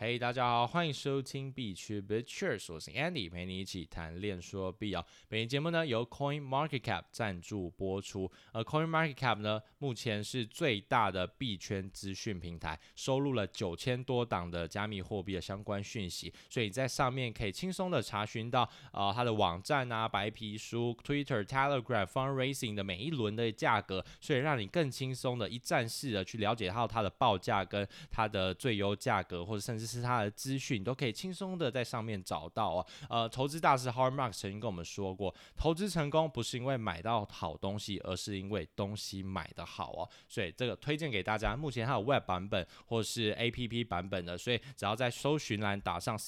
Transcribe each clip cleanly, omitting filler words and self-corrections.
嘿、大家好，欢迎收听币圈 BitCheers， 我是 Andy， 陪你一起谈练说币啊。本期节目呢由 CoinMarketCap 赞助播出，CoinMarketCap 呢目前是最大的币圈资讯平台，收录了9000多档的加密货币的相关讯息，所以你在上面可以轻松的查询到它的网站啊、白皮书、Twitter、Telegram、Fundraising 的每一轮的价格，所以让你更轻松的一站式的去了解到它的报价跟它的最优价格，或者甚至是它的资讯，都可以轻松的在上面找到哦。投资大师 Howard Marks 曾经跟我们说过，投资成功不是因为买到好东西，而是因为东西买得好哦。所以这个推荐给大家，目前它有 Web 版本或是 APP 版本的，所以只要在搜寻栏打上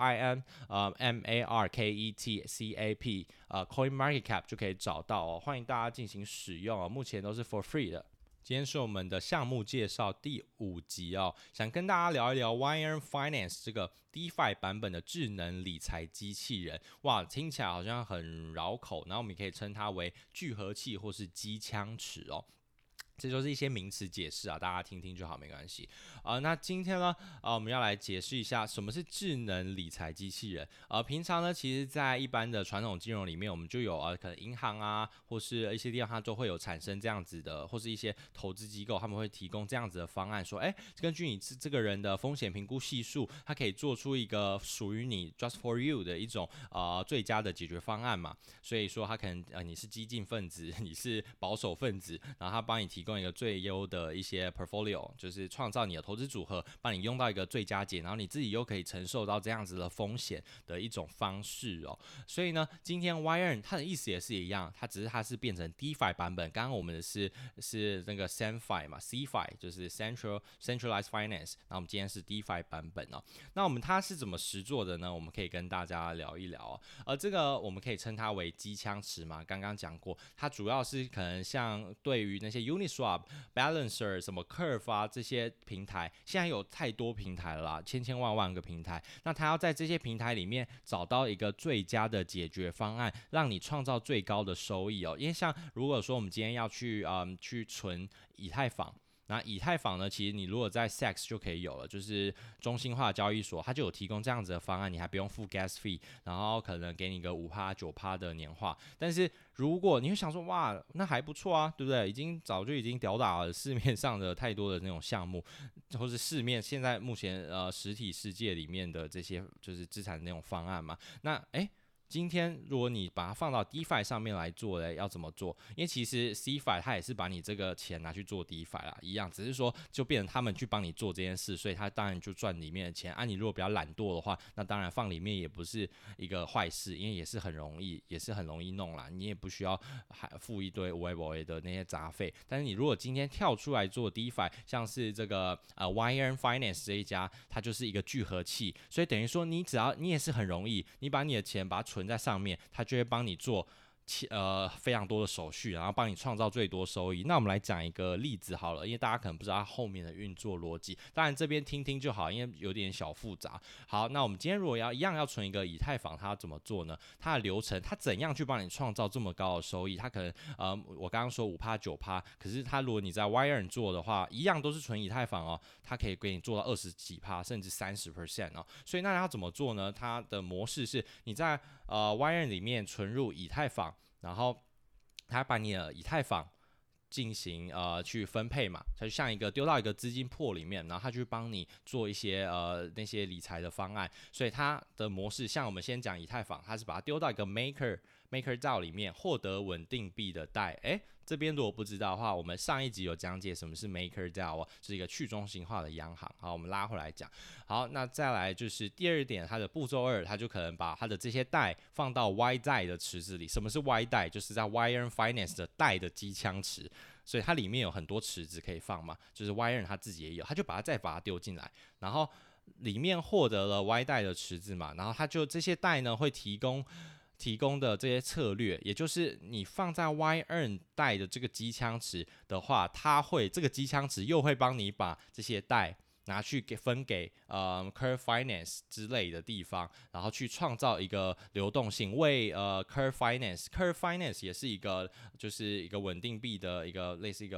CoinMarketCap CoinMarketCap 就可以找到哦。欢迎大家进行使用哦，目前都是 for free 的。今天是我们的项目介绍第5集哦，想跟大家聊一聊 Yearn Finance 这个 DeFi 版本的智能理财机器人。哇，听起来好像很绕口，然后我们也可以称它为聚合器或是机枪池哦。这就是一些名词解释啊，大家听听就好，没关系。那今天呢，我们要来解释一下什么是智能理财机器人。平常呢，其实在一般的传统金融里面，我们就有可能银行啊，或是一些地方它都会有产生这样子的，或是一些投资机构，他们会提供这样子的方案，说，根据你这个人的风险评估系数，它可以做出一个属于你 just for you 的一种最佳的解决方案嘛。所以说，它可能你是激进分子，你是保守分子，然后它帮你提供一个最优的一些 portfolio， 就是创造你的投资组合，帮你用到一个最佳解，然后你自己又可以承受到这样子的风险的一种方式哦。所以呢，今天 Yearn 它的意思也是一样，只是它是变成 DeFi 版本。刚刚我们的是那个 CeFi 嘛 ，CeFi 就是 Centralized Finance， 那我们今天是 DeFi 版本哦。那我们它是怎么实作的呢？我们可以跟大家聊一聊哦。这个我们可以称它为机枪池嘛，刚刚讲过，它主要是可能像对于那些 Uniswap、Balancer、什么 Curve 啊这些平台，现在有太多平台了啦，千万个平台。那它要在这些平台里面找到一个最佳的解决方案，让你创造最高的收益哦。因为像如果说我们今天要去存以太坊。那以太坊呢，其实你如果在 SEX 就可以有了，就是中心化交易所，它就有提供这样子的方案，你还不用付 gas fee， 然后可能给你个 5%、9% 的年化。但是如果你会想说，哇，那还不错啊，对不对？早就已经吊打了市面上的太多的那种项目，或是现在目前实体世界里面的这些就是资产的那种方案嘛。那今天如果你把它放到 DeFi 上面来做要怎么做？因为其实 CeFi 它也是把你这个钱拿去做 DeFi 啦，一样，只是说就变成他们去帮你做这件事，所以他当然就赚里面的钱。你如果比较懒惰的话，那当然放里面也不是一个坏事，因为也是很容易弄啦，你也不需要还付一堆无谓的那些杂费。但是你如果今天跳出来做 DeFi， 像是这个Yearn Finance 这一家，它就是一个聚合器，所以等于说你也是很容易，你把你的钱把它存在上面，它就会帮你做非常多的手续，然后帮你创造最多收益。那我们来讲一个例子好了，因为大家可能不知道它后面的运作逻辑，当然这边听听就好，因为有点小复杂。好，那我们今天如果一样要存一个以太坊，它要怎么做呢？它的流程，它怎样去帮你创造这么高的收益？它可能我刚刚说5%、9%，可是它如果你在 Yearn 做的话，一样都是存以太坊哦，它可以给你做到20几%，甚至30% 哦。所以那它怎么做呢？它的模式是你在Yearn 里面存入以太坊，然后它把你的以太坊进行去分配嘛，它就像丢到一个资金破里面，然后它去帮你做一些那些理财的方案。所以它的模式，像我们先讲以太坊，它是把它丢到一个 MakerDAO 里面，获得稳定币的贷。这边如果不知道的话，我们上一集有讲解什么是 MakerDAO， 是一个去中心化的央行。好，我们拉回来讲。好，那再来就是第二点，它的步骤2，它就可能把它的这些贷放到 Y 贷的池子里。什么是 Y 贷？就是在 Yearn Finance 的贷的机枪池，所以它里面有很多池子可以放嘛，就是 Yearn 它自己也有，它就把它丢进来，然后里面获得了 Y 贷的池子嘛，然后它就这些贷呢会提供的这些策略，也就是你放在 Yearn 贷的这个机枪池的话，这个机枪池又会帮你把这些贷拿去分给Curve Finance 之类的地方，然后去创造一个流动性，为Curve Finance 也是一个就是一个稳定币的一个类似一个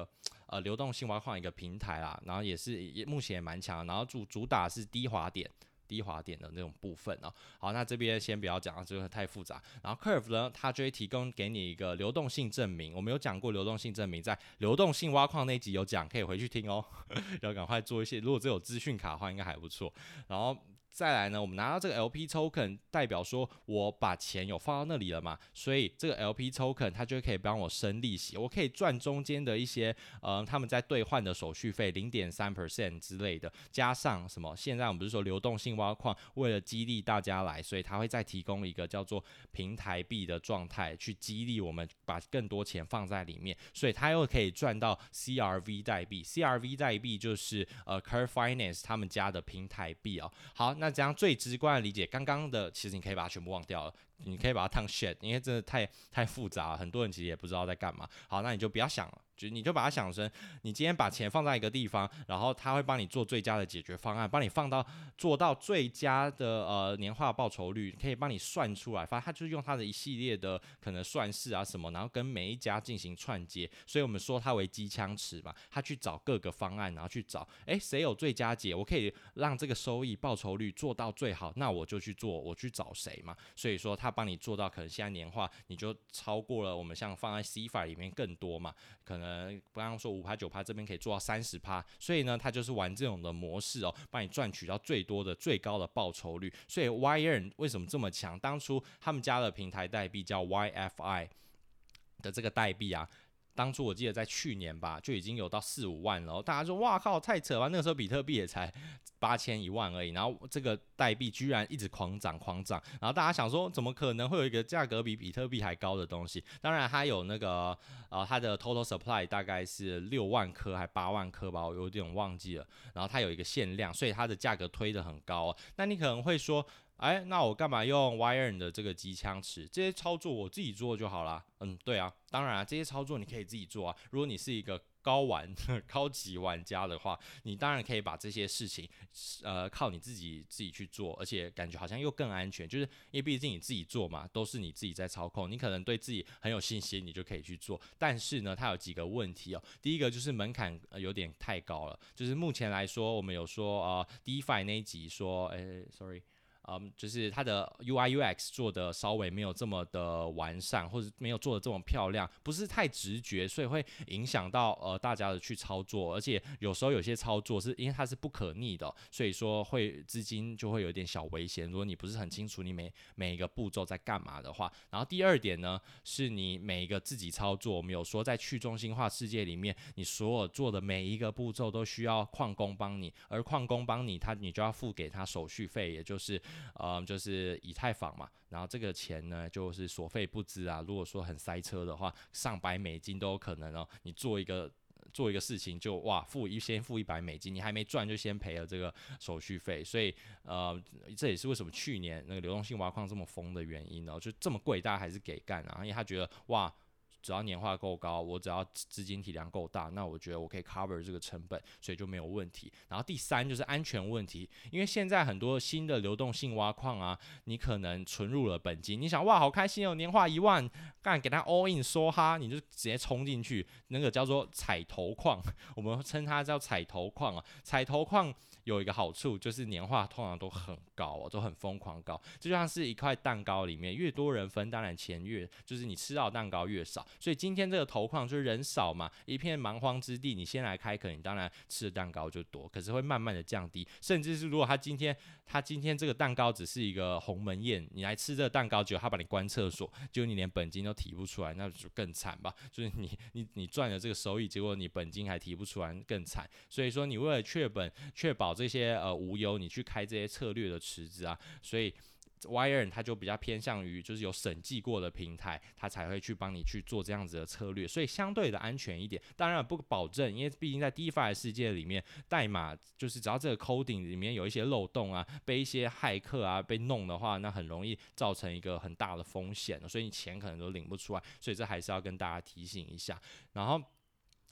流动性挖矿一个平台啦，然后也目前也蛮强，然后主打是低滑点的那种部分哦。好，那这边先不要讲，这个太复杂。然后 Curve 呢，它就会提供给你一个流动性证明。我们有讲过流动性证明，在流动性挖矿那集有讲，可以回去听哦。要赶快做一些，如果这有资讯卡的话，应该还不错。然后再来呢，我们拿到这个 LP token， 代表说我把钱有放到那里了嘛，所以这个 LP token 它就可以帮我生利息，我可以赚中间的一些他们在兑换的手续费 0.3% 之类的，加上什么？现在我们不是说流动性挖矿为了激励大家来，所以它会再提供一个叫做平台币的状态，去激励我们把更多钱放在里面，所以它又可以赚到 CRV 代币。CRV 代币就是Curve Finance 他们家的平台币哦。好，那这样最直观的理解，刚刚的其实你可以把它全部忘掉了，你可以把它当 shit， 因为真的太复杂了，很多人其实也不知道在干嘛。好，那你就不要想了。你就把它想成，你今天把钱放在一个地方，然后他会帮你做最佳的解决方案，帮你做到最佳的年化报酬率，可以帮你算出来。反正他就是用他的一系列的可能算式啊什么，然后跟每一家进行串接，所以我们说它为机枪池嘛，他去找各个方案，然后去找谁有最佳解，我可以让这个收益报酬率做到最好，那我就去做，我去找谁嘛。所以说他帮你做到，可能现在年化你就超过了我们像放在 CFI 里面更多嘛，可能刚刚说5%、9%，这边可以做到30%，所以呢，它就是玩这种的模式哦，帮你赚取到最多的、最高的报酬率。所以 YEarn 为什么这么强？当初他们家的平台代币叫 YFI 的这个代币啊。当初我记得在去年吧，就已经有到4、5万了，大家说哇靠，太扯了！那个时候比特币也才8000、1万而已，然后这个代币居然一直狂涨，然后大家想说，怎么可能会有一个价格比比特币还高的东西？当然，它有那个它的 total supply 大概是6万颗还8万颗吧，我有点忘记了。然后它有一个限量，所以它的价格推得很高哦。那你可能会说，那我干嘛用 YEarn 的这个机枪池？这些操作我自己做就好啦。对啊，当然这些操作你可以自己做啊。如果你是一个高级玩家的话，你当然可以把这些事情，靠你自己去做，而且感觉好像又更安全，就是因为毕竟你自己做嘛，都是你自己在操控，你可能对自己很有信心，你就可以去做。但是呢，它有几个问题哦。第一个就是门槛有点太高了，就是目前来说，我们有说DeFi 那一集说，sorry。就是它的 UI UX 做的稍微没有这么的完善，或者没有做的这么漂亮，不是太直觉，所以会影响到大家的去操作，而且有时候有些操作是因为它是不可逆的，所以说资金就会有点小危险。如果你不是很清楚你每一个步骤在干嘛的话，然后第二点呢，是你每一个自己操作，我们有说在去中心化世界里面，你所有做的每一个步骤都需要矿工帮你，而矿工帮你，你就要付给他手续费，也就是以太坊嘛，然后这个钱呢就是所费不赀啊。如果说很塞车的话，上百美金都有可能哦。你做一个事情就哇先付100美金，你还没赚就先赔了这个手续费，所以这也是为什么去年那个流动性挖矿这么疯的原因哦，就这么贵，大家还是给干啊，因为他觉得哇。只要年化够高，我只要资金体量够大，那我觉得我可以 cover 这个成本，所以就没有问题。然后第三就是安全问题，因为现在很多新的流动性挖矿啊，你可能存入了本金，你想哇好开心哦，年化1万，干给他 all in 梭哈，你就直接冲进去，那个叫做彩头矿，我们称它叫彩头矿啊。彩头矿有一个好处就是年化通常都很高哦，都很疯狂高，就像是一块蛋糕里面越多人分，当然钱就是你吃到的蛋糕越少。所以今天这个头矿就是人少嘛，一片蛮荒之地，你先来开垦，你当然吃的蛋糕就多，可是会慢慢的降低，甚至是如果他今天这个蛋糕只是一个鸿门宴，你来吃这个蛋糕，结果他把你关厕所，结果你连本金都提不出来，那就更惨吧。就是你赚了这个收益，结果你本金还提不出来，更惨。所以说你为了确保这些无忧，你去开这些策略的池子啊，所以YEarn 它就比较偏向于就是有审计过的平台，它才会去帮你去做这样子的策略，所以相对的安全一点。当然不保证，因为毕竟在 DeFi 的世界里面，代码就是只要这个 coding 里面有一些漏洞啊，被一些骇客啊被弄的话，那很容易造成一个很大的风险，所以你钱可能都领不出来，所以这还是要跟大家提醒一下。然后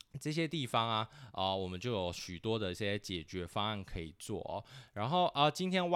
这些地方啊，我们就有许多的一些解决方案可以做哦。然后今天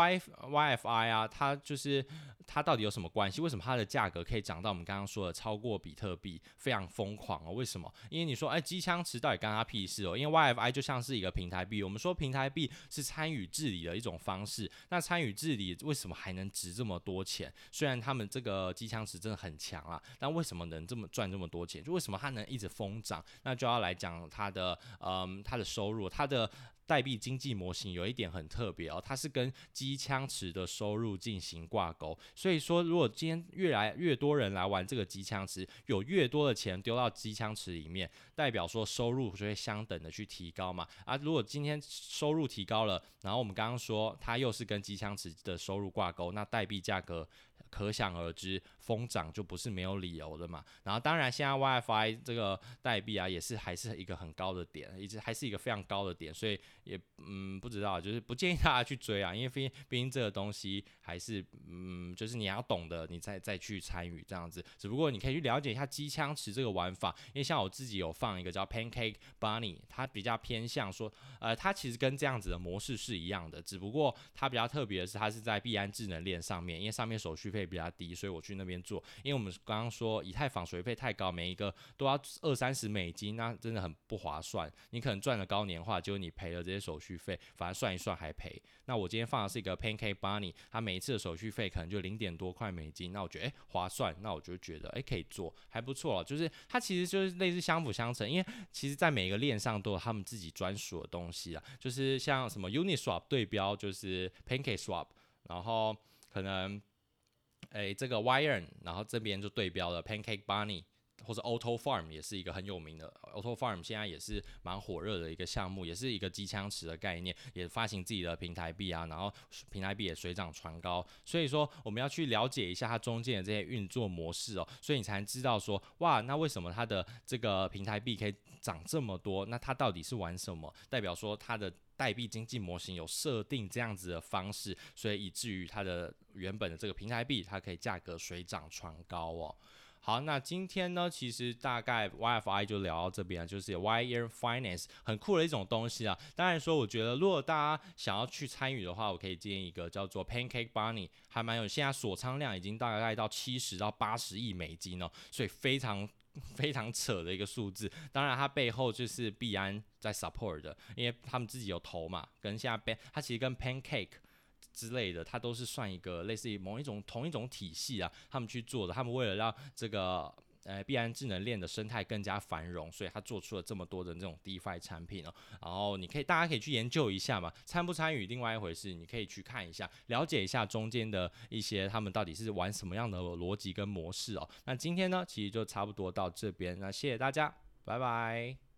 YFI 啊，它到底有什么关系？为什么它的价格可以涨到我们刚刚说的超过比特币，非常疯狂哦？为什么？因为你说，机枪池到底干它屁事哦？因为 YFI 就像是一个平台币，我们说平台币是参与治理的一种方式。那参与治理为什么还能值这么多钱？虽然他们这个机枪池真的很强啊，但为什么能赚这么多钱？就为什么它能一直疯涨？那就要来讲它的收入，它的代币经济模型有一点很特别哦，它是跟机枪池的收入进行挂钩。所以说，如果今天越来越多人来玩这个机枪池，有越多的钱丢到机枪池里面，代表说收入就会相等的去提高嘛。如果今天收入提高了，然后我们刚刚说它又是跟机枪池的收入挂钩，那代币价格可想而知，疯涨就不是没有理由的嘛。然后当然现在 YFI 这个代币啊，还是一个很高的点，一直还是一个非常高的点，所以也不知道，就是不建议大家去追啊，因为毕竟这个东西还是就是你要懂得，你再去参与这样子。只不过你可以去了解一下机枪池这个玩法，因为像我自己有放一个叫 Pancake Bunny， 它比较偏向说，它其实跟这样子的模式是一样的，只不过它比较特别的是，它是在币安智能链上面，因为上面手续费比较低，所以我去那边做。因为我们刚刚说以太坊手续费太高，每一个都要$20-30，那真的很不划算。你可能赚了高年化，结果你赔了这些手续费，反而算一算还赔。那我今天放的是一个 Pancake Bunny， 它每一次的手续费可能就$0.多块，那我觉得划算，那我就觉得可以做，还不错了。就是它其实就是类似相辅相成，因为其实在每个链上都有他们自己专属的东西啊，就是像什么 Uniswap 对标就是 Pancake Swap， 然后可能这个 Wire， 然后这边就对标了 Pancake Bunny，或者 Auto Farm 也是一个很有名的 Auto Farm， 现在也是蛮火热的一个项目，也是一个机枪池的概念，也发行自己的平台币啊，然后平台币也水涨船高，所以说我们要去了解一下它中间的这些运作模式哦，所以你才能知道说，哇，那为什么它的这个平台币可以涨这么多？那它到底是玩什么？代表说它的代币经济模型有设定这样子的方式，所以以至于它的原本的这个平台币，它可以价格水涨船高哦。好，那今天呢，其实大概 YFI 就聊到这边，就是 Wire Finance 很酷的一种东西啊。当然说，我觉得如果大家想要去参与的话，我可以建议一个叫做 Pancake Bunny， 还蛮有，现在锁仓量已经大概到$70-80亿哦，所以非常扯的一个数字。当然，它背后就是币安在 support 的，因为他们自己有投嘛，跟现在它其实跟 Pancake之类的，它都是算一个类似于同一种体系啊，他们去做的。他们为了让这个币安智能链的生态更加繁荣，所以他做出了这么多的这种 DeFi 产品哦。然后大家可以去研究一下嘛，参不参与另外一回事，你可以去看一下，了解一下中间的一些他们到底是玩什么样的逻辑跟模式哦。那今天呢，其实就差不多到这边，那谢谢大家，拜拜。